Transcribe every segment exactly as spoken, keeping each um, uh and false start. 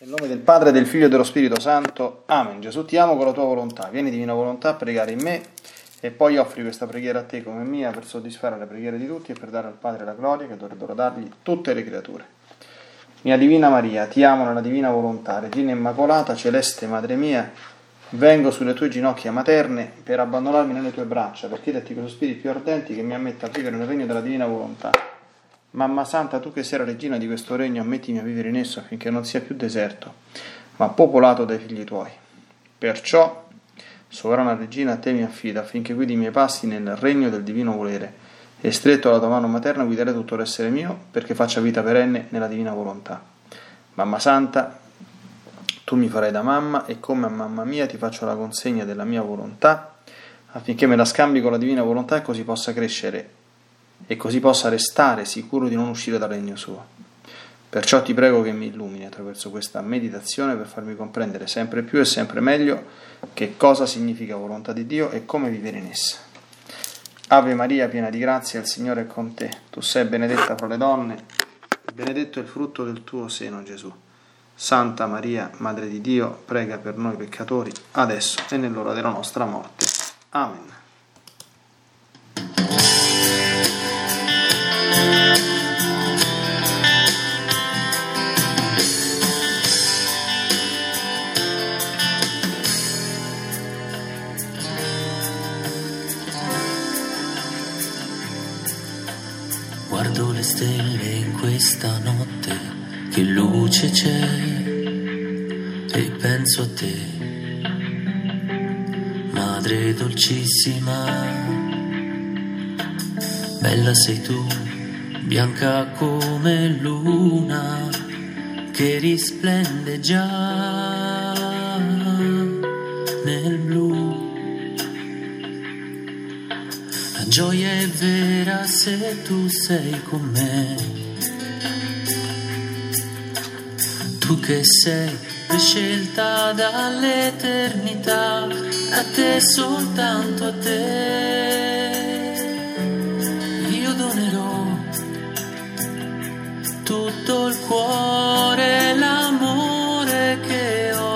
Nel nome del Padre, del Figlio e dello Spirito Santo. Amen. Gesù, ti amo con la tua volontà. Vieni, divina volontà, a pregare in me e poi offri questa preghiera a te come mia per soddisfare le preghiere di tutti e per dare al Padre la gloria che dovrebbero dargli tutte le creature. Mia Divina Maria, ti amo nella divina volontà, Regina Immacolata, celeste Madre mia, vengo sulle tue ginocchia materne per abbandonarmi nelle tue braccia, per chiederti con sospiri più ardenti che mi ammetta a vivere nel regno della divina volontà. Mamma Santa, tu che sei la regina di questo regno, ammettimi a vivere in esso affinché non sia più deserto, ma popolato dai figli tuoi. Perciò, sovrana regina, a te mi affido affinché guidi i miei passi nel regno del divino volere e stretto alla tua mano materna guiderai tutto l'essere mio perché faccia vita perenne nella divina volontà. Mamma Santa, tu mi farai da mamma e come a mamma mia ti faccio la consegna della mia volontà affinché me la scambi con la divina volontà e così possa crescere e così possa restare sicuro di non uscire dal regno suo. Perciò ti prego che mi illumini attraverso questa meditazione per farmi comprendere sempre più e sempre meglio che cosa significa volontà di Dio e come vivere in essa. Ave Maria, piena di grazia, il Signore è con te. Tu sei benedetta fra le donne, e benedetto è il frutto del tuo seno, Gesù. Santa Maria, Madre di Dio, prega per noi peccatori, adesso e nell'ora della nostra morte. Amen. Guardo le stelle in questa notte, che luce c'è, e penso a te, Madre dolcissima. Bella sei tu, bianca come luna, che risplende già nel blu. La gioia è vera se tu sei con me, tu che sei prescelta dall'eternità, a te, soltanto a te, io donerò tutto il cuore, l'amore che ho.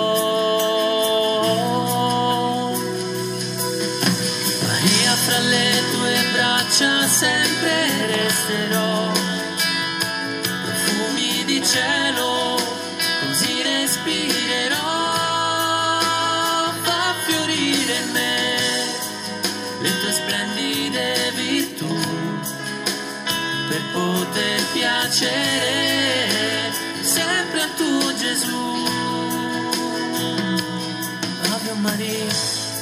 Maria, fra le tue braccia sempre resterò, profumi di cielo così respirerò, fa fiorire in me le tue splendide virtù per poter piacere sempre a tu, Gesù. Ave Maria,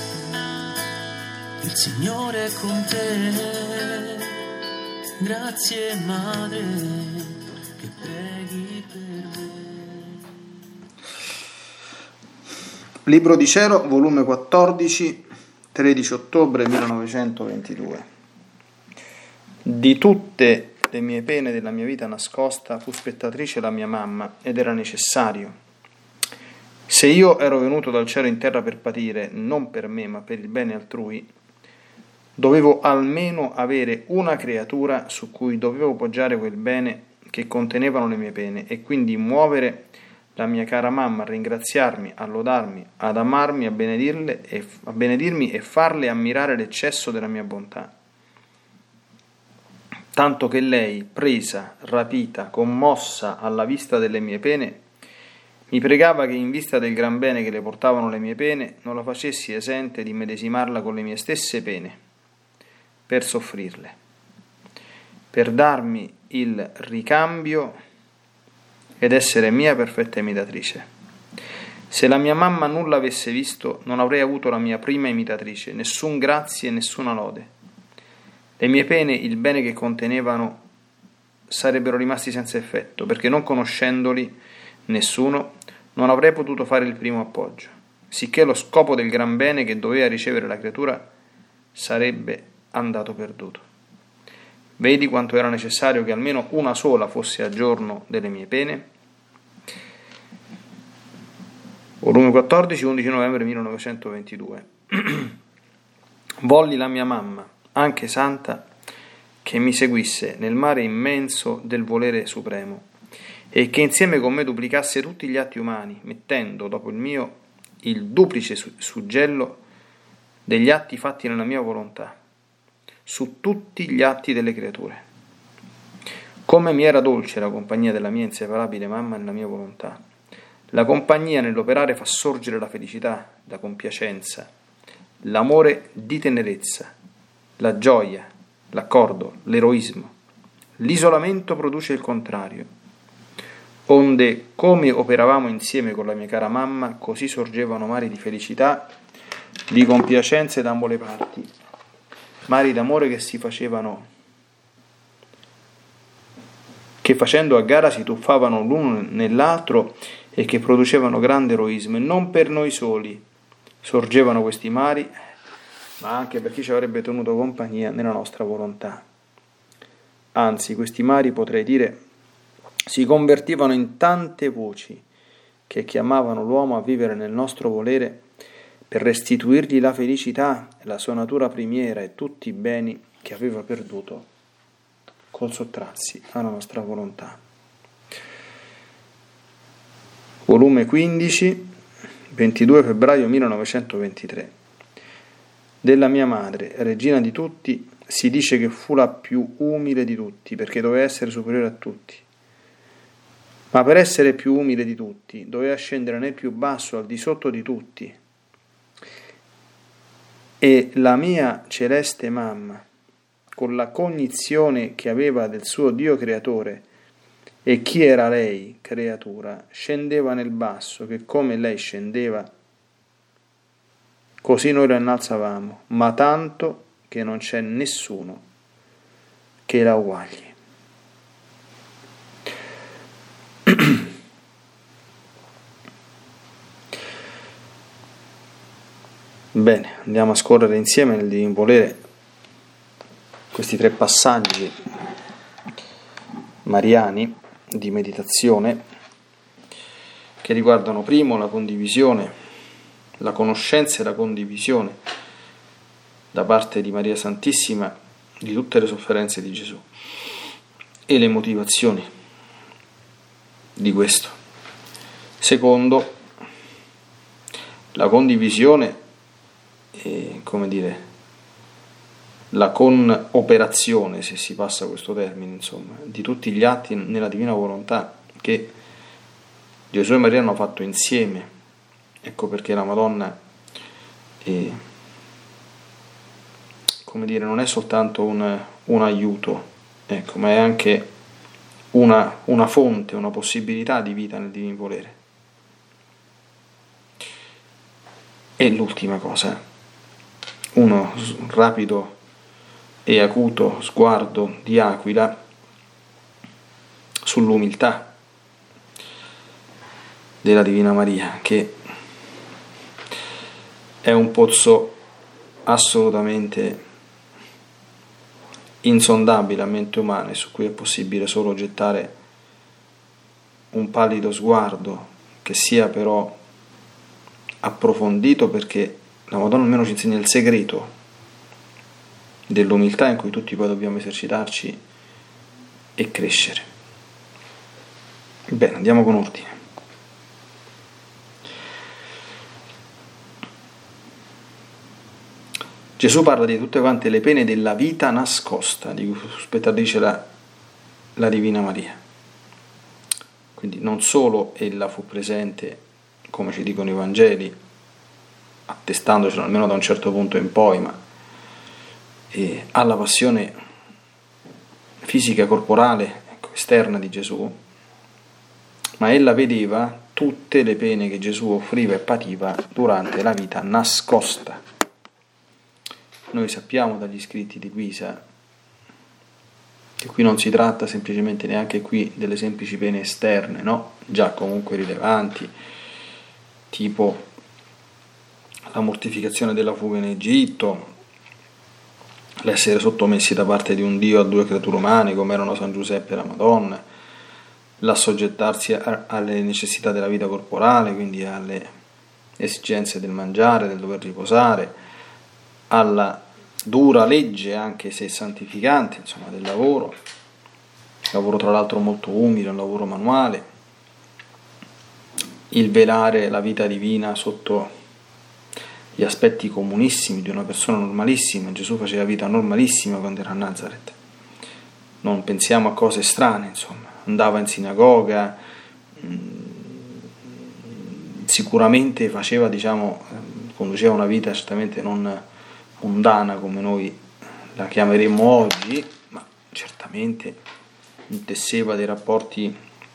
il Signore è con te, grazie Madre che preghi per me. Libro di Cielo, volume quattordici, tredici ottobre millenovecentoventidue. Di tutte le mie pene della mia vita nascosta fu spettatrice la mia mamma ed era necessario. Se io ero venuto dal cielo in terra per patire, non per me ma per il bene altrui, dovevo almeno avere una creatura su cui dovevo poggiare quel bene che contenevano le mie pene e quindi muovere la mia cara mamma a ringraziarmi, a lodarmi, ad amarmi, a benedirle e a benedirmi e farle ammirare l'eccesso della mia bontà. Tanto che lei, presa, rapita, commossa alla vista delle mie pene, mi pregava che in vista del gran bene che le portavano le mie pene, non la facessi esente di medesimarla con le mie stesse pene, per soffrirle, per darmi il ricambio ed essere mia perfetta imitatrice. Se la mia mamma nulla avesse visto, non avrei avuto la mia prima imitatrice, nessun grazie e nessuna lode. Le mie pene, il bene che contenevano, sarebbero rimasti senza effetto, perché non conoscendoli nessuno, non avrei potuto fare il primo appoggio, sicché lo scopo del gran bene che doveva ricevere la creatura sarebbe andato perduto. Vedi quanto era necessario che almeno una sola fosse a giorno delle mie pene? Volume quattordici, undici novembre millenovecentoventidue. Volli la mia mamma, anche santa, che mi seguisse nel mare immenso del volere supremo e che insieme con me duplicasse tutti gli atti umani, mettendo dopo il mio il duplice suggello degli atti fatti nella mia volontà, su tutti gli atti delle creature. Come mi era dolce la compagnia della mia inseparabile mamma nella mia volontà. La compagnia nell'operare fa sorgere la felicità, la compiacenza, l'amore di tenerezza, la gioia, l'accordo, l'eroismo. L'isolamento produce il contrario. Onde, come operavamo insieme con la mia cara mamma, così sorgevano mari di felicità, di compiacenza da ambo le parti, mari d'amore che si facevano, che facendo a gara si tuffavano l'uno nell'altro e che producevano grande eroismo, e non per noi soli sorgevano questi mari, ma anche per chi ci avrebbe tenuto compagnia nella nostra volontà. Anzi, questi mari, potrei dire, si convertivano in tante voci che chiamavano l'uomo a vivere nel nostro volere per restituirgli la felicità, la sua natura primiera e tutti i beni che aveva perduto col sottrarsi alla nostra volontà. Volume quindici, ventidue febbraio millenovecentoventitré. Della mia madre, regina di tutti, si dice che fu la più umile di tutti, perché doveva essere superiore a tutti. Ma per essere più umile di tutti, doveva scendere nel più basso, al di sotto di tutti. E la mia celeste mamma, con la cognizione che aveva del suo Dio creatore e chi era lei, creatura, scendeva nel basso, che come lei scendeva, così noi lo innalzavamo, ma tanto che non c'è nessuno che la uguagli. Bene, andiamo a scorrere insieme nel Divin Volere questi tre passaggi mariani di meditazione che riguardano primo la condivisione, la conoscenza e la condivisione da parte di Maria Santissima di tutte le sofferenze di Gesù e le motivazioni di questo. Secondo, la condivisione e, come dire, la conoperazione, se si passa questo termine, insomma, di tutti gli atti nella divina volontà che Gesù e Maria hanno fatto insieme. Ecco perché la Madonna è, come dire, non è soltanto un, un aiuto, ecco, ma è anche una, una fonte, una possibilità di vita nel divino volere. E l'ultima cosa, uno rapido e acuto sguardo di Aquila sull'umiltà della Divina Maria, che è un pozzo assolutamente insondabile a mente umana e su cui è possibile solo gettare un pallido sguardo che sia però approfondito, perché la Madonna almeno ci insegna il segreto dell'umiltà in cui tutti poi dobbiamo esercitarci e crescere. Bene, andiamo con ordine. Gesù parla di tutte quante le pene della vita nascosta di cui fu spettatrice la, la Divina Maria. Quindi non solo ella fu presente, come ci dicono i Vangeli, attestandocelo almeno da un certo punto in poi, ma eh, alla passione fisica corporale, ecco, esterna di Gesù, ma ella vedeva tutte le pene che Gesù offriva e pativa durante la vita nascosta. Noi sappiamo dagli scritti di Guisa che qui non si tratta semplicemente neanche qui delle semplici pene esterne, no? Già comunque rilevanti, tipo la mortificazione della fuga in Egitto, l'essere sottomessi da parte di un Dio a due creature umane come erano San Giuseppe e la Madonna, l'assoggettarsi a, alle necessità della vita corporale, quindi alle esigenze del mangiare, del dover riposare, alla dura legge, anche se santificante, insomma, del lavoro, lavoro tra l'altro molto umile, un lavoro manuale, il velare la vita divina sotto gli aspetti comunissimi di una persona normalissima. Gesù faceva vita normalissima quando era a Nazareth, non pensiamo a cose strane, insomma, andava in sinagoga, sicuramente faceva, diciamo, conduceva una vita certamente non mondana come noi la chiameremmo oggi, ma certamente intesseva dei rapporti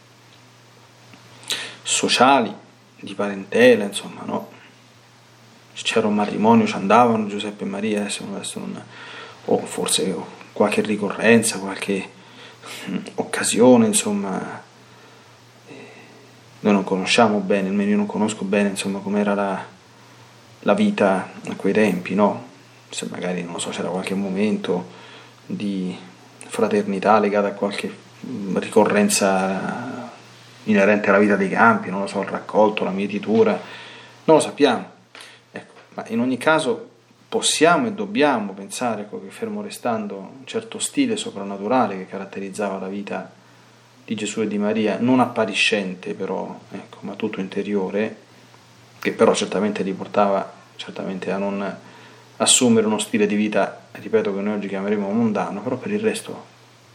sociali, di parentela, insomma, no? Se c'era un matrimonio ci andavano Giuseppe e Maria, adesso, adesso non, o forse qualche ricorrenza, qualche occasione, insomma. Noi non conosciamo bene, almeno io non conosco bene, insomma, com'era la, la vita a quei tempi, no? Se magari, non lo so, c'era qualche momento di fraternità legata a qualche ricorrenza inerente alla vita dei campi, non lo so, il raccolto, la mietitura, non lo sappiamo. Ecco, ma in ogni caso possiamo e dobbiamo pensare, ecco, che fermo restando un certo stile soprannaturale che caratterizzava la vita di Gesù e di Maria, non appariscente però, ecco, ma tutto interiore, che però certamente li portava certamente a non assumere uno stile di vita, ripeto, che noi oggi chiameremo mondano, però per il resto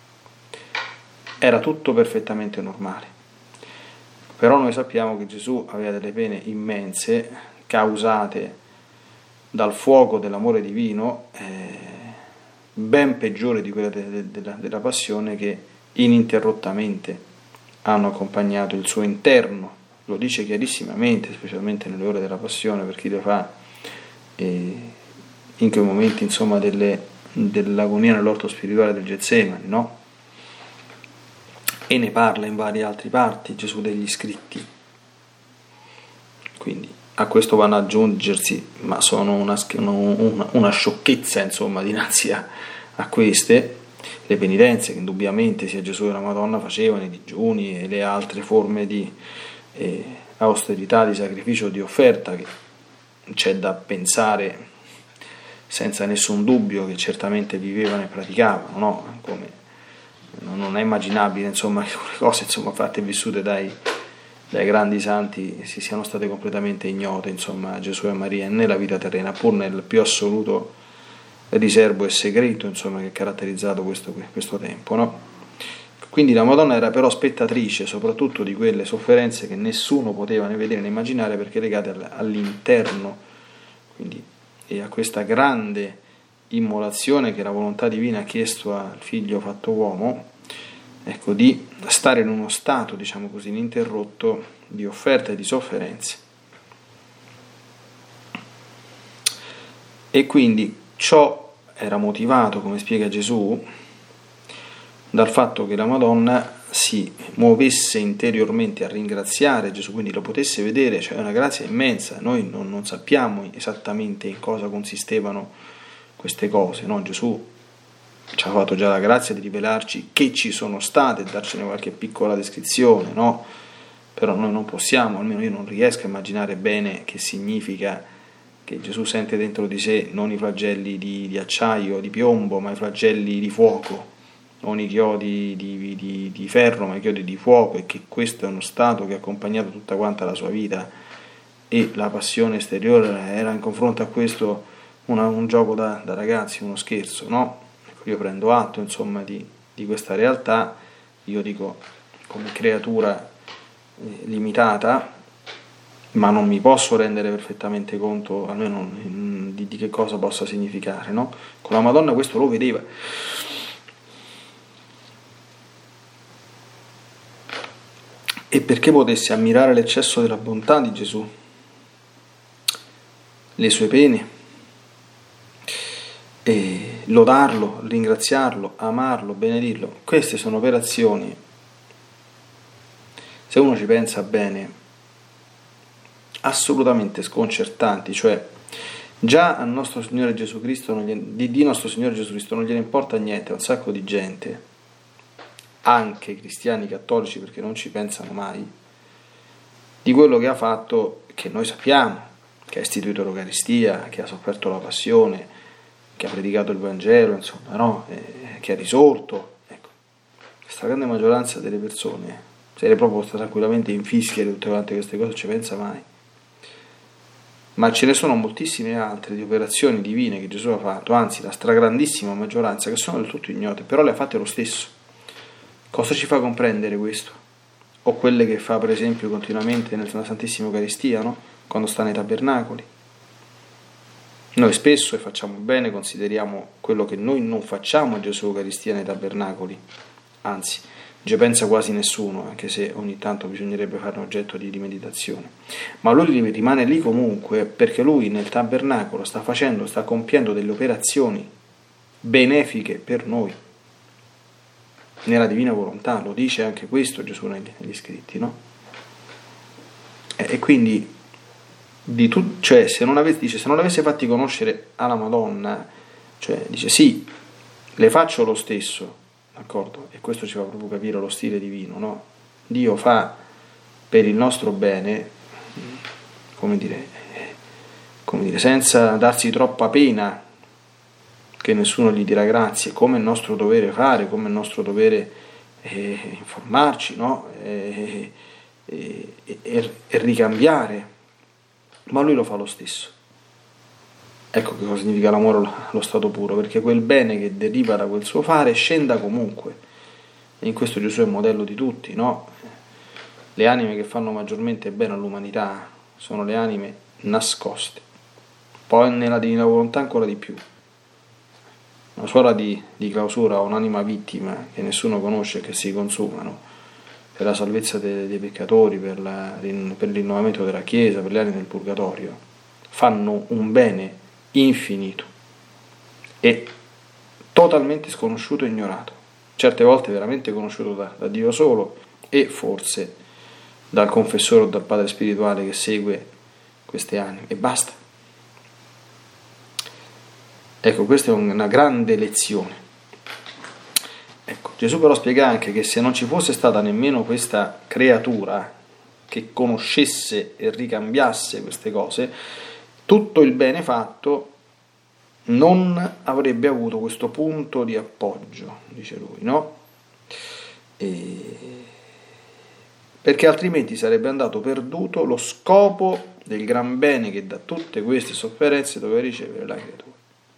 era tutto perfettamente normale. Però noi sappiamo che Gesù aveva delle pene immense causate dal fuoco dell'amore divino, eh, ben peggiore di quella de- de- della, della passione, che ininterrottamente hanno accompagnato il suo interno. Lo dice chiarissimamente, specialmente nelle ore della passione, per chi lo fa eh, in quei momenti, insomma, delle, dell'agonia nell'orto spirituale del Getsemani, no? E ne parla in varie altre parti Gesù degli scritti. Quindi a questo vanno ad aggiungersi, ma sono una, una, una sciocchezza, insomma, dinanzi a, a queste, le penitenze che indubbiamente sia Gesù che la Madonna facevano, i digiuni e le altre forme di eh, austerità, di sacrificio, di offerta, che c'è da pensare senza nessun dubbio che certamente vivevano e praticavano, no? Come non è immaginabile, insomma, che le cose, insomma, fatte e vissute dai, dai grandi santi si siano state completamente ignote, insomma, a Gesù e a Maria nella vita terrena, pur nel più assoluto riservo e segreto, insomma, che ha caratterizzato questo, questo tempo, no? Quindi la Madonna era però spettatrice soprattutto di quelle sofferenze che nessuno poteva né vedere né immaginare, perché legate all'interno, quindi, e a questa grande immolazione che la volontà divina ha chiesto al figlio fatto uomo, ecco, di stare in uno stato, diciamo così, ininterrotto di offerta e di sofferenze. E quindi ciò era motivato, come spiega Gesù, dal fatto che la Madonna si muovesse interiormente a ringraziare Gesù, quindi lo potesse vedere, cioè una grazia immensa. Noi non, non sappiamo esattamente in cosa consistevano queste cose, no? Gesù ci ha fatto già la grazia di rivelarci che ci sono state, darcene qualche piccola descrizione, no? Però noi non possiamo, almeno io non riesco a immaginare bene che significa che Gesù sente dentro di sé non i flagelli di, di acciaio, di piombo, ma i flagelli di fuoco, non i chiodi di, di, di ferro, ma i chiodi di fuoco, e che questo è uno stato che ha accompagnato tutta quanta la sua vita, e la passione esteriore era in confronto a questo una, un gioco da, da ragazzi, uno scherzo, no? Ecco, io prendo atto, insomma, di, di questa realtà. Io dico, come creatura eh, limitata, ma non mi posso rendere perfettamente conto, almeno di, di che cosa possa significare, no? Con la Madonna questo lo vedeva. E perché potesse ammirare l'eccesso della bontà di Gesù, le sue pene, e lodarlo, ringraziarlo, amarlo, benedirlo, queste sono operazioni, se uno ci pensa bene, assolutamente sconcertanti. Cioè, già a nostro Signore Gesù Cristo non gli, di, di nostro Signore Gesù Cristo non gliene importa niente a un sacco di gente, anche cristiani cattolici, perché non ci pensano mai, di quello che ha fatto, che noi sappiamo, che ha istituito l'Eucaristia, che ha sofferto la passione, che ha predicato il Vangelo, insomma, no? Eh, che ha risorto, ecco. stragrande maggioranza delle persone se le proprio sta tranquillamente in fischia di tutte quante queste cose, non ci pensa mai. Ma ce ne sono moltissime altre di operazioni divine che Gesù ha fatto, anzi la stragrandissima maggioranza, che sono del tutto ignote, però le ha fatte lo stesso. Cosa ci fa comprendere questo? O quelle che fa per esempio continuamente nella Santissima Eucaristia, no? Quando sta nei tabernacoli. Noi spesso, e facciamo bene, consideriamo quello che noi non facciamo a Gesù Eucaristia nei tabernacoli, anzi, non ci pensa quasi nessuno, anche se ogni tanto bisognerebbe farne oggetto di, di meditazione. Ma lui rimane lì comunque, perché lui nel tabernacolo sta facendo, sta compiendo delle operazioni benefiche per noi, nella divina volontà, lo dice anche questo Gesù negli, negli scritti, no? E, e quindi, di tu, cioè, se non avesse, dice, se non l'avesse fatti conoscere alla Madonna, cioè, dice, sì, le faccio lo stesso, d'accordo? E questo ci fa proprio capire lo stile divino, no? Dio fa per il nostro bene, come dire, come dire, senza darsi troppa pena che nessuno gli dirà grazie, come è nostro dovere fare, come è nostro dovere eh, informarci, no? E, e, e, e ricambiare, ma lui lo fa lo stesso. Ecco che cosa significa l'amore allo stato puro, perché quel bene che deriva da quel suo fare scenda comunque, e in questo Gesù è il modello di tutti, no? Le anime che fanno maggiormente bene all'umanità sono le anime nascoste, poi nella divina volontà ancora di più. Una suora di, di clausura o un'anima vittima che nessuno conosce, che si consumano per la salvezza dei, dei peccatori, per, la, per il rinnovamento della Chiesa, per le anime del purgatorio, fanno un bene infinito e totalmente sconosciuto e ignorato, certe volte veramente conosciuto da, da Dio solo e forse dal confessore o dal padre spirituale che segue queste anime, e basta. Ecco, questa è una grande lezione. Ecco, Gesù però spiega anche che se non ci fosse stata nemmeno questa creatura che conoscesse e ricambiasse queste cose, tutto il bene fatto non avrebbe avuto questo punto di appoggio, dice lui, no? E... perché altrimenti sarebbe andato perduto lo scopo del gran bene che da tutte queste sofferenze doveva ricevere la creatura.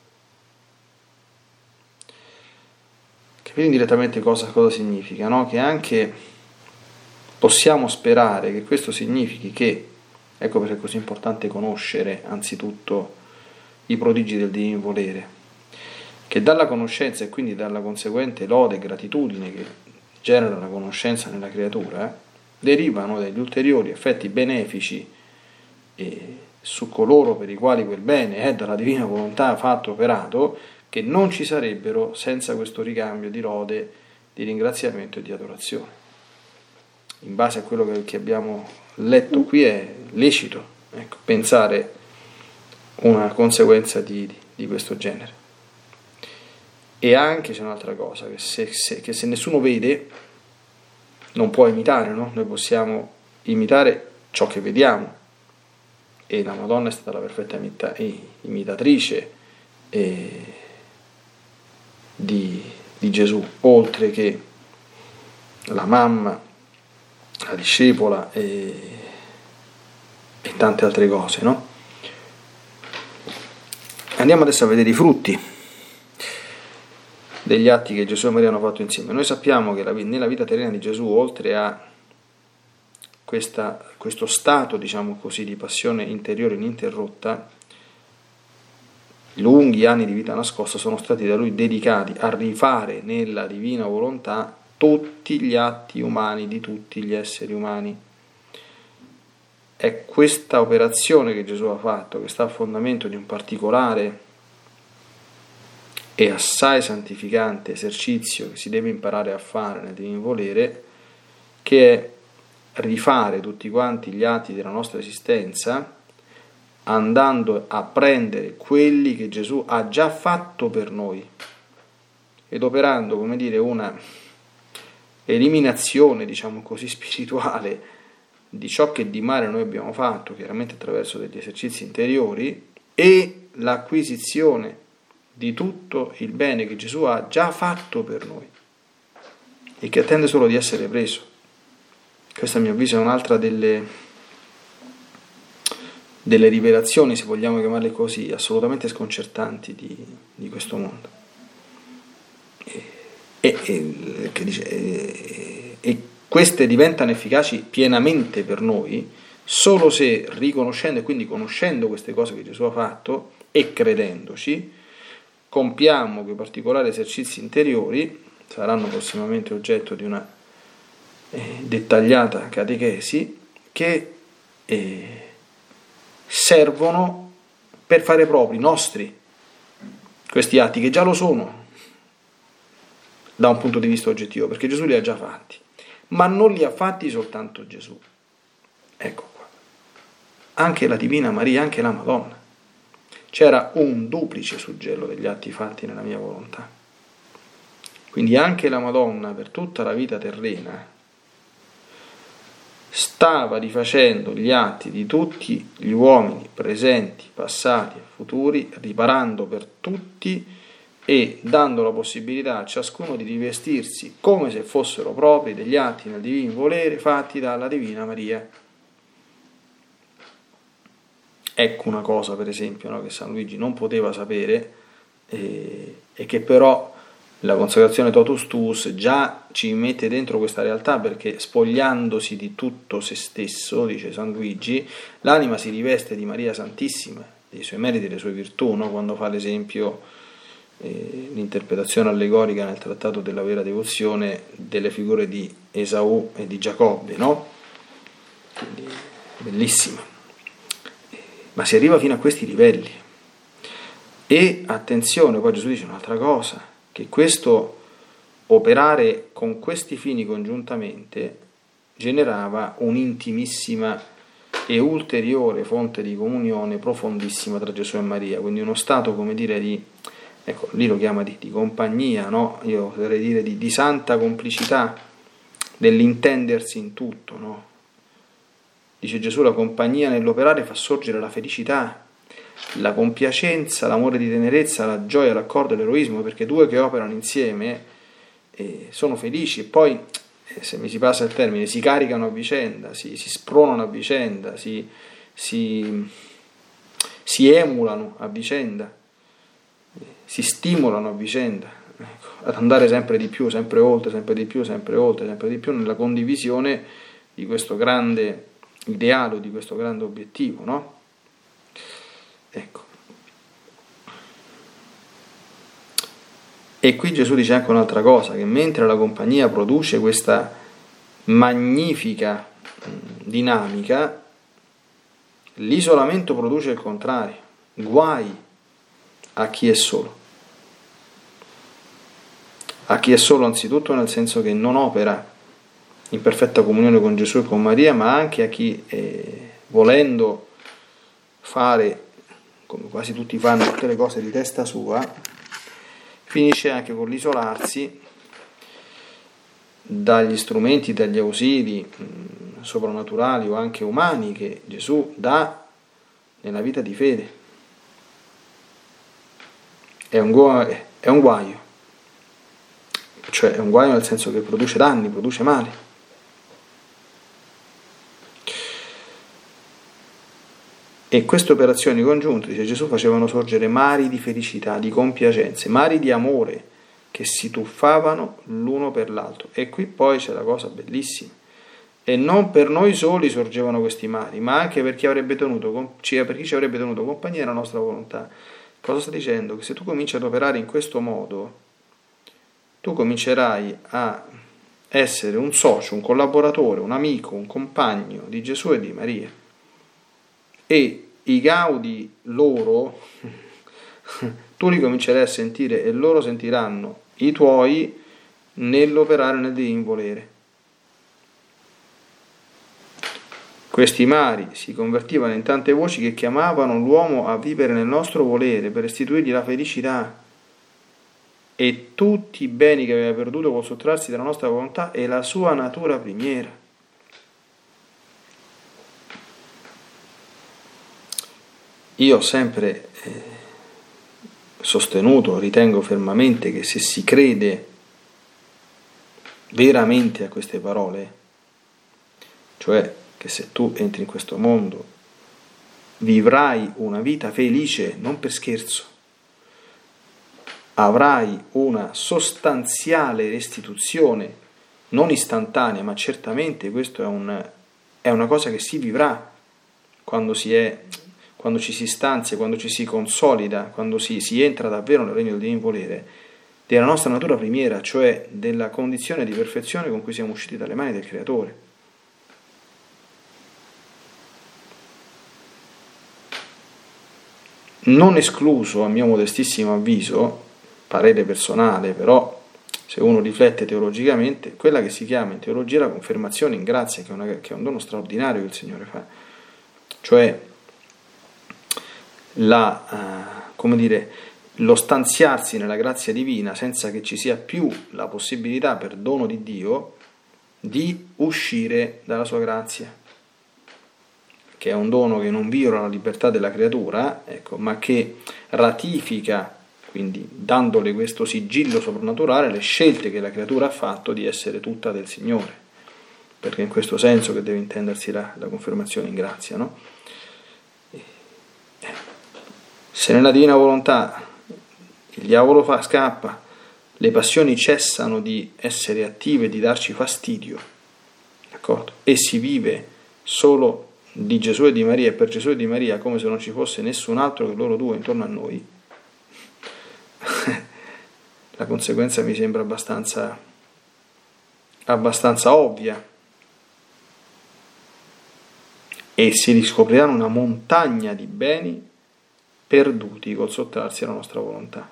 Capite indirettamente cosa, cosa significa, no? Che anche possiamo sperare che questo significhi che, ecco perché è così importante conoscere anzitutto i prodigi del divino volere, che dalla conoscenza e quindi dalla conseguente lode e gratitudine che genera la conoscenza nella creatura, eh, derivano degli ulteriori effetti benefici eh, su coloro per i quali quel bene è dalla divina volontà fatto operato, che non ci sarebbero senza questo ricambio di lode, di ringraziamento e di adorazione. In base a quello che abbiamo letto qui è lecito, ecco, pensare una conseguenza di, di, di questo genere. E anche c'è un'altra cosa, che se, se, che se nessuno vede non può imitare, no? Noi possiamo imitare ciò che vediamo, e la Madonna è stata la perfetta imita, imitatrice e, di, di Gesù, oltre che la mamma, la discepola e, e tante altre cose, no? Andiamo adesso a vedere i frutti degli atti che Gesù e Maria hanno fatto insieme. Noi sappiamo che la, nella vita terrena di Gesù, oltre a questa, questo stato, diciamo così, di passione interiore ininterrotta, lunghi anni di vita nascosta sono stati da lui dedicati a rifare nella divina volontà tutti gli atti umani di tutti gli esseri umani. È questa operazione che Gesù ha fatto, che sta a fondamento di un particolare e assai santificante esercizio che si deve imparare a fare nel divino volere, che è rifare tutti quanti gli atti della nostra esistenza, andando a prendere quelli che Gesù ha già fatto per noi ed operando, come dire, una eliminazione, diciamo così, spirituale di ciò che di male noi abbiamo fatto, chiaramente attraverso degli esercizi interiori, e l'acquisizione di tutto il bene che Gesù ha già fatto per noi. e che attende solo di essere preso. Questa a mio avviso è un'altra delle, delle rivelazioni, se vogliamo chiamarle così, assolutamente sconcertanti di, di questo mondo. E, e, e, che dice, e, e queste diventano efficaci pienamente per noi solo se, riconoscendo e quindi conoscendo queste cose che Gesù ha fatto e credendoci, compiamo quei particolari esercizi interiori, saranno prossimamente oggetto di una eh, dettagliata catechesi, che eh, servono per fare propri, nostri, questi atti, che già lo sono da un punto di vista oggettivo, perché Gesù li ha già fatti, ma non li ha fatti soltanto Gesù. Ecco qua. Anche la Divina Maria, anche la Madonna. C'era un duplice suggello degli atti fatti nella mia volontà. Quindi anche la Madonna, per tutta la vita terrena, stava rifacendo gli atti di tutti gli uomini presenti, passati e futuri, riparando per tutti e dando la possibilità a ciascuno di rivestirsi come se fossero propri degli atti nel divino volere fatti dalla Divina Maria. Ecco una cosa, per esempio, no, che San Luigi non poteva sapere eh, e che però la consacrazione Totus Tuus già ci mette dentro questa realtà, perché spogliandosi di tutto se stesso, dice San Luigi, l'anima si riveste di Maria Santissima, dei suoi meriti e delle sue virtù, no? Quando fa l'esempio, eh, l'interpretazione allegorica nel trattato della vera devozione delle figure di Esaù e di Giacobbe, no? Quindi, bellissima. Ma si arriva fino a questi livelli. E attenzione, poi Gesù dice un'altra cosa, che questo operare con questi fini congiuntamente generava un'intimissima e ulteriore fonte di comunione profondissima tra Gesù e Maria, quindi uno stato, come dire, di, ecco, lì lo chiama di, di compagnia, no? Io vorrei dire di, di santa complicità, dell'intendersi in tutto, no? Dice Gesù, la compagnia nell'operare fa sorgere la felicità, la compiacenza, l'amore di tenerezza, la gioia, l'accordo e l'eroismo, perché due che operano insieme eh, sono felici e poi, eh, se mi si passa il termine, si caricano a vicenda, si, si spronano a vicenda, si, si, si emulano a vicenda, eh, si stimolano a vicenda, ecco, ad andare sempre di più, sempre oltre, sempre di più, sempre oltre, sempre di più, nella condivisione di questo grande ideale, di questo grande obiettivo, no? Ecco. E qui Gesù dice anche un'altra cosa, che mentre la compagnia produce questa magnifica dinamica, l'isolamento produce il contrario, guai a chi è solo. A chi è solo anzitutto nel senso che non opera in perfetta comunione con Gesù e con Maria, ma anche a chi, eh, volendo fare, come quasi tutti fanno, tutte le cose di testa sua, finisce anche con l'isolarsi dagli strumenti, dagli ausili mh, soprannaturali o anche umani che Gesù dà nella vita di fede. È un, gu- è un guaio, cioè è un guaio nel senso che produce danni, produce male. E queste operazioni congiunte, dice Gesù, facevano sorgere mari di felicità, di compiacenze, mari di amore che si tuffavano l'uno per l'altro. E qui poi c'è la cosa bellissima. E non per noi soli sorgevano questi mari, ma anche per chi avrebbe tenuto, cioè per chi ci avrebbe tenuto compagnia nella nostra volontà. Cosa sta dicendo? Che se tu cominci ad operare in questo modo, tu comincerai a essere un socio, un collaboratore, un amico, un compagno di Gesù e di Maria. E i gaudi loro tu li comincerai a sentire e loro sentiranno i tuoi nell'operare nel divin volere. Questi mari si convertivano in tante voci che chiamavano l'uomo a vivere nel nostro volere per restituirgli la felicità e tutti i beni che aveva perduto col sottrarsi dalla nostra volontà e la sua natura primiera. Io ho sempre eh, sostenuto, ritengo fermamente che se si crede veramente a queste parole, cioè che se tu entri in questo mondo vivrai una vita felice, non per scherzo, avrai una sostanziale restituzione, non istantanea, ma certamente questo è, un, è una cosa che si vivrà quando, si è, quando ci si stanzia, quando ci si consolida, quando si, si entra davvero nel regno del divino volere, della nostra natura primiera, cioè della condizione di perfezione con cui siamo usciti dalle mani del Creatore. Non escluso, a mio modestissimo avviso, parere personale, però se uno riflette teologicamente, quella che si chiama in teologia la confermazione in grazia, che è, una, che è un dono straordinario che il Signore fa, cioè la, uh, come dire, lo stanziarsi nella grazia divina senza che ci sia più la possibilità per dono di Dio di uscire dalla sua grazia, che è un dono che non viola la libertà della creatura, ecco, ma che ratifica, quindi dandole questo sigillo soprannaturale, le scelte che la creatura ha fatto di essere tutta del Signore, perché è in questo senso che deve intendersi la, la confermazione in grazia, no? Se nella divina volontà il diavolo fa, scappa, le passioni cessano di essere attive, di darci fastidio, d'accordo? E si vive solo di Gesù e di Maria e per Gesù e di Maria, come se non ci fosse nessun altro che loro due intorno a noi, la conseguenza mi sembra abbastanza abbastanza ovvia, e si riscopriranno una montagna di beni perduti col sottrarsi alla nostra volontà.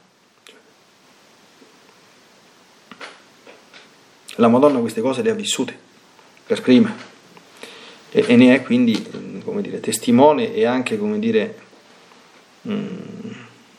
La Madonna queste cose le ha vissute per prima e, e ne è quindi, come dire, testimone e anche, come dire, mh,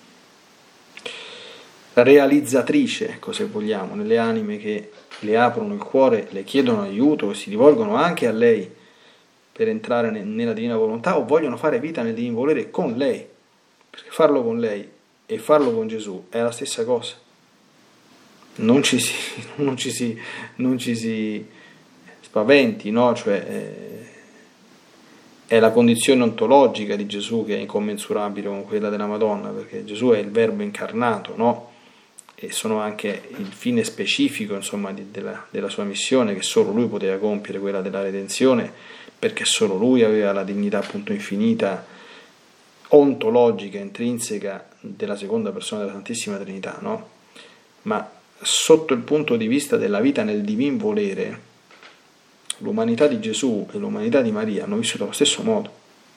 realizzatrice, ecco, se vogliamo, nelle anime che le aprono il cuore, le chiedono aiuto e si rivolgono anche a lei per entrare nella divina volontà o vogliono fare vita nel divino volere con lei, perché farlo con lei e farlo con Gesù è la stessa cosa. Non ci si, non ci si, non ci si spaventi, no? Cioè, eh, è la condizione ontologica di Gesù che è incommensurabile con quella della Madonna, perché Gesù è il Verbo incarnato, no? E sono anche il fine specifico, insomma, di, della, della sua missione, che solo lui poteva compiere, quella della redenzione, perché solo lui aveva la dignità appunto infinita, ontologica, intrinseca della seconda persona della Santissima Trinità, no? Ma sotto il punto di vista della vita nel divin volere, l'umanità di Gesù e l'umanità di Maria hanno vissuto allo stesso modo,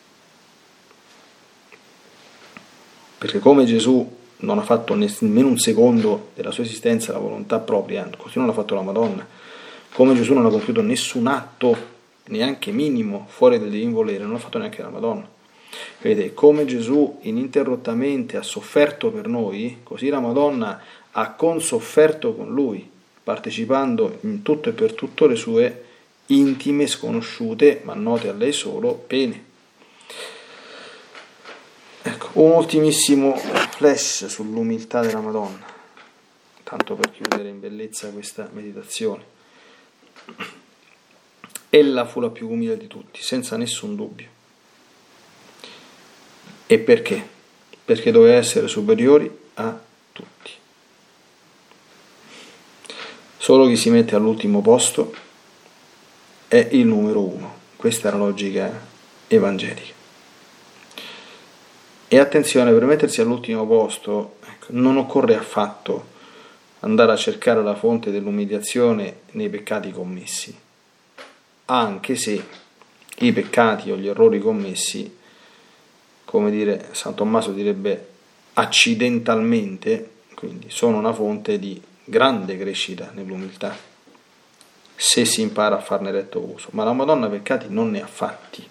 perché come Gesù non ha fatto nemmeno un secondo della sua esistenza la volontà propria, così non l'ha fatto la Madonna. Come Gesù non ha compiuto nessun atto neanche minimo fuori del divin volere, non l'ha fatto neanche la Madonna. Vedete, come Gesù ininterrottamente ha sofferto per noi, così la Madonna ha consofferto con lui, partecipando in tutto e per tutto le sue intime, sconosciute, ma note a lei solo, pene. Ecco, un ultimissimo flash sull'umiltà della Madonna, tanto per chiudere in bellezza questa meditazione. Ella fu la più umile di tutti, senza nessun dubbio. E perché? Perché doveva essere superiori a tutti. Solo chi si mette all'ultimo posto è il numero uno. Questa è la logica evangelica. E attenzione, per mettersi all'ultimo posto, ecco, non occorre affatto andare a cercare la fonte dell'umiliazione nei peccati commessi, anche se i peccati o gli errori commessi, come dire, San Tommaso direbbe accidentalmente, quindi sono una fonte di grande crescita nell'umiltà, se si impara a farne retto uso. Ma la Madonna peccati non ne ha fatti,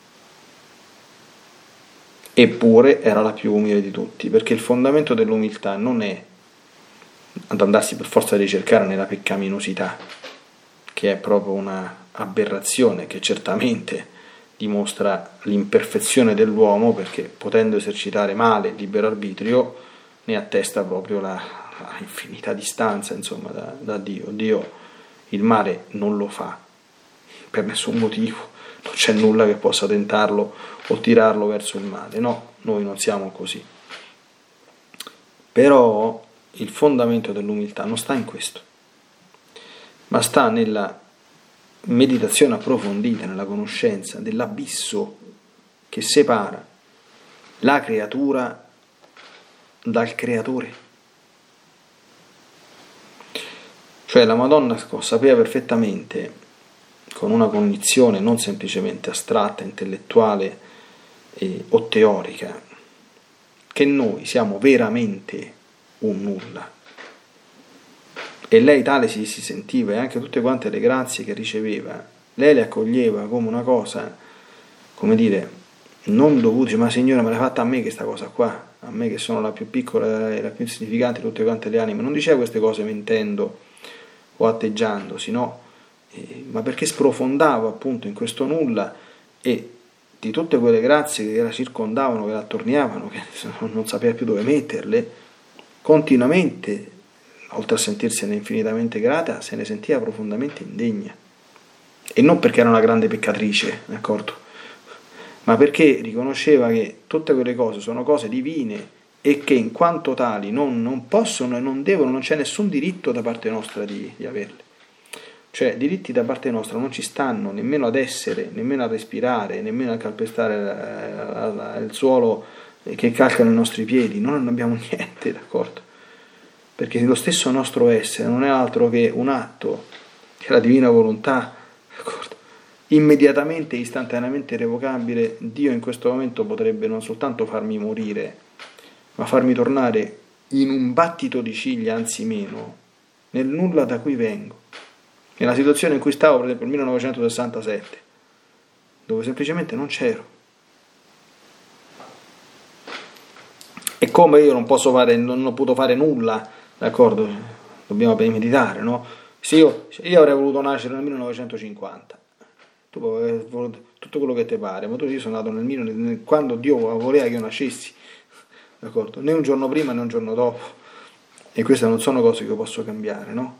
eppure era la più umile di tutti, perché il fondamento dell'umiltà non è ad andarsi per forza a ricercare nella peccaminosità, che è proprio una aberrazione che certamente dimostra l'imperfezione dell'uomo, perché potendo esercitare male il libero arbitrio ne attesta proprio la, la infinita distanza, insomma, da, da Dio. Dio il male non lo fa per nessun motivo, non c'è nulla che possa tentarlo o tirarlo verso il male, no, noi non siamo così. Però il fondamento dell'umiltà non sta in questo, ma sta nella meditazione approfondita, nella conoscenza dell'abisso che separa la creatura dal creatore. Cioè la Madonna sapeva perfettamente, con una cognizione non semplicemente astratta, intellettuale eh, o teorica, che noi siamo veramente un nulla. E lei tale si, si sentiva, e anche tutte quante le grazie che riceveva, lei le accoglieva come una cosa, come dire, non dovuta, ma Signore me l'ha fatta a me questa cosa qua, a me che sono la più piccola e la più insignificante di tutte quante le anime. Non diceva queste cose mentendo o atteggiandosi, no? Eh, ma perché sprofondava appunto in questo nulla, e di tutte quelle grazie che la circondavano, che la attorniavano, che non sapeva più dove metterle, continuamente, oltre a sentirsene infinitamente grata, se ne sentiva profondamente indegna. E non perché era una grande peccatrice, d'accordo? Ma perché riconosceva che tutte quelle cose sono cose divine e che in quanto tali non, non possono e non devono, non c'è nessun diritto da parte nostra di, di averle. Cioè diritti da parte nostra non ci stanno nemmeno ad essere, nemmeno a respirare, nemmeno a calpestare il suolo che calcano i nostri piedi. Noi non abbiamo niente, d'accordo? Perché lo stesso nostro essere non è altro che un atto, che è la divina volontà, d'accordo? Immediatamente, istantaneamente irrevocabile. Dio in questo momento potrebbe non soltanto farmi morire, ma farmi tornare in un battito di ciglia, anzi meno, nel nulla da cui vengo, nella situazione in cui stavo per esempio nel millenovecentosessantasette, dove semplicemente non c'ero. E come io non posso fare, non ho potuto fare nulla, d'accordo? Dobbiamo ben meditare, no? Se io, io avrei voluto nascere nel millenovecentocinquanta, tu tutto quello che ti pare, ma tu io sono nato nel, nel quando Dio voleva che io nascessi, d'accordo? Né un giorno prima né un giorno dopo, e queste non sono cose che io posso cambiare, no?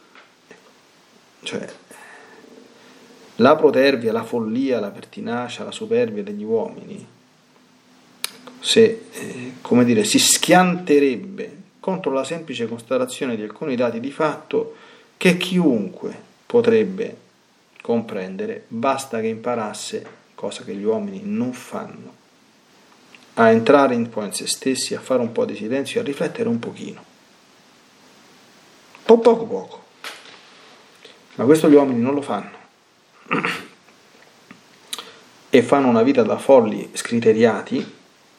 Cioè la protervia, la follia, la pertinacia, la superbia degli uomini, se eh, come dire, si schianterebbe contro la semplice constatazione di alcuni dati di fatto che chiunque potrebbe comprendere, basta che imparasse, cosa che gli uomini non fanno, a entrare un po' in se stessi, a fare un po' di silenzio, a riflettere un pochino, po' poco poco. Ma questo gli uomini non lo fanno e fanno una vita da folli scriteriati,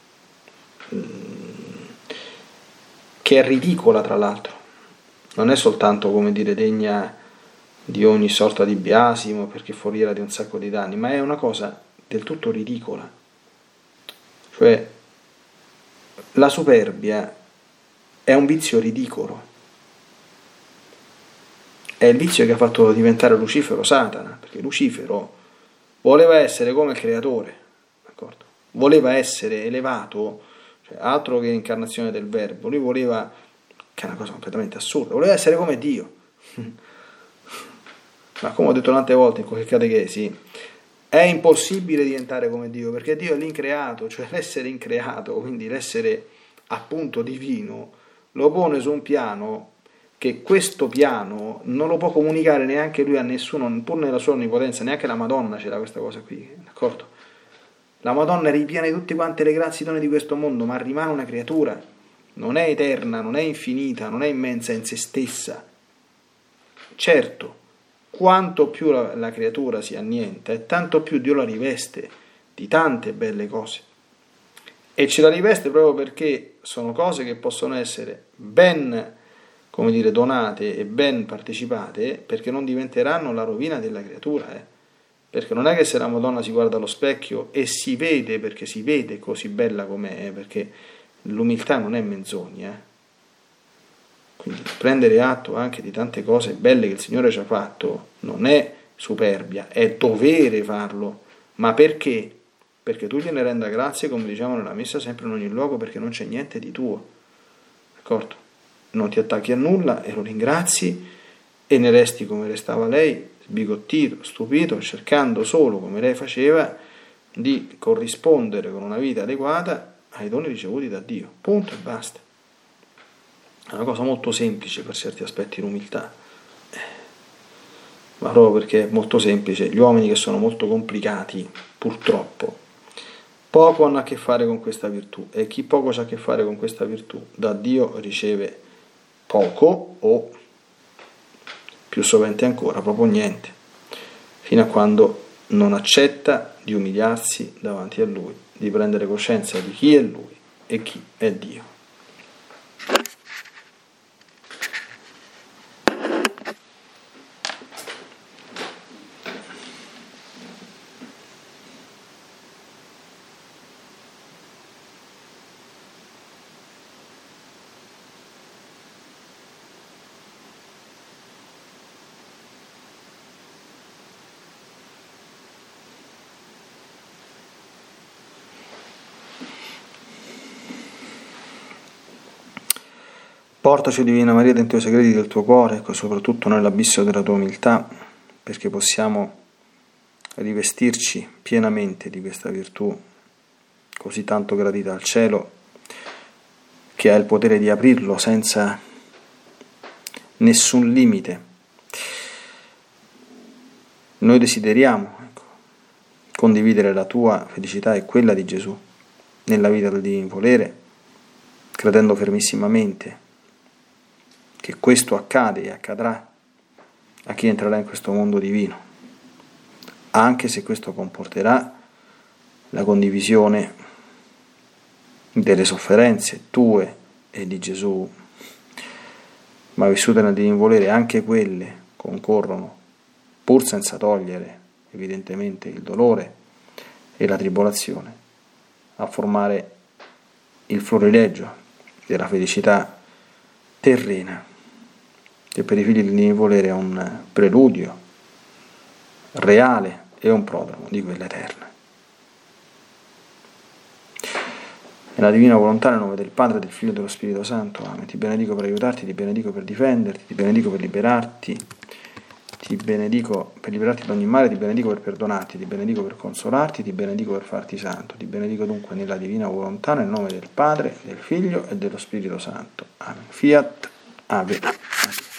che è ridicola, tra l'altro. Non è soltanto, come dire, degna di ogni sorta di biasimo, perché foriera di un sacco di danni, ma è una cosa del tutto ridicola. Cioè la superbia è un vizio ridicolo, è il vizio che ha fatto diventare Lucifero Satana, perché Lucifero voleva essere come il creatore, d'accordo? Voleva essere elevato, cioè altro che incarnazione del verbo, lui voleva, che è una cosa completamente assurda, voleva essere come Dio. Ma come ho detto tante volte in qualche catechesi, è impossibile diventare come Dio, perché Dio è l'increato, cioè l'essere increato, quindi l'essere appunto divino, lo pone su un piano che questo piano non lo può comunicare neanche lui a nessuno, pur nella sua onnipotenza. Neanche la Madonna c'era questa cosa qui, d'accordo? La Madonna è ripiena di tutte quante le grazie e doni di questo mondo, ma rimane una creatura, non è eterna, non è infinita, non è immensa in se stessa. Certo, quanto più la, la creatura si annienta, e tanto più Dio la riveste di tante belle cose. E ce la riveste proprio perché sono cose che possono essere ben, come dire, donate e ben partecipate, perché non diventeranno la rovina della creatura, eh? Perché non è che se la Madonna si guarda allo specchio e si vede, perché si vede così bella com'è, eh? Perché l'umiltà non è menzogna, eh? Quindi prendere atto anche di tante cose belle che il Signore ci ha fatto non è superbia, è dovere farlo. Ma perché? Perché tu gliene renda grazie, come diciamo nella messa, sempre in ogni luogo, perché non c'è niente di tuo, d'accordo? Non ti attacchi a nulla e lo ringrazi, e ne resti come restava lei, sbigottito, stupito, cercando solo, come lei faceva, di corrispondere con una vita adeguata ai doni ricevuti da Dio. Punto e basta. È una cosa molto semplice per certi aspetti l'umiltà, ma proprio perché è molto semplice. Gli uomini che sono molto complicati, purtroppo, poco hanno a che fare con questa virtù, e chi poco ha a che fare con questa virtù da Dio riceve poco, o più sovente ancora proprio niente, fino a quando non accetta di umiliarsi davanti a Lui, di prendere coscienza di chi è Lui e chi è Dio. Portaci, Divina Maria, dentro i segreti del tuo cuore, e soprattutto nell'abisso della tua umiltà, perché possiamo rivestirci pienamente di questa virtù così tanto gradita al cielo, che ha il potere di aprirlo senza nessun limite. Noi desideriamo ecco, condividere la tua felicità e quella di Gesù nella vita del divino volere, credendo fermissimamente che questo accade e accadrà a chi entrerà in questo mondo divino, anche se questo comporterà la condivisione delle sofferenze tue e di Gesù, ma vissute nel divino volere, anche quelle concorrono, pur senza togliere evidentemente il dolore e la tribolazione, a formare il florilegio della felicità terrena, che per i figli del divino volere è un preludio reale e un prodromo di quella eterna. Nella divina volontà, nel nome del Padre, del Figlio e dello Spirito Santo. Amen. Ti benedico per aiutarti, ti benedico per difenderti, ti benedico per liberarti, ti benedico per liberarti da ogni male, ti benedico per perdonarti, ti benedico per consolarti, ti benedico per farti santo. Ti benedico dunque nella divina volontà, nel nome del Padre, del Figlio e dello Spirito Santo. Amen. Fiat Ave Maria.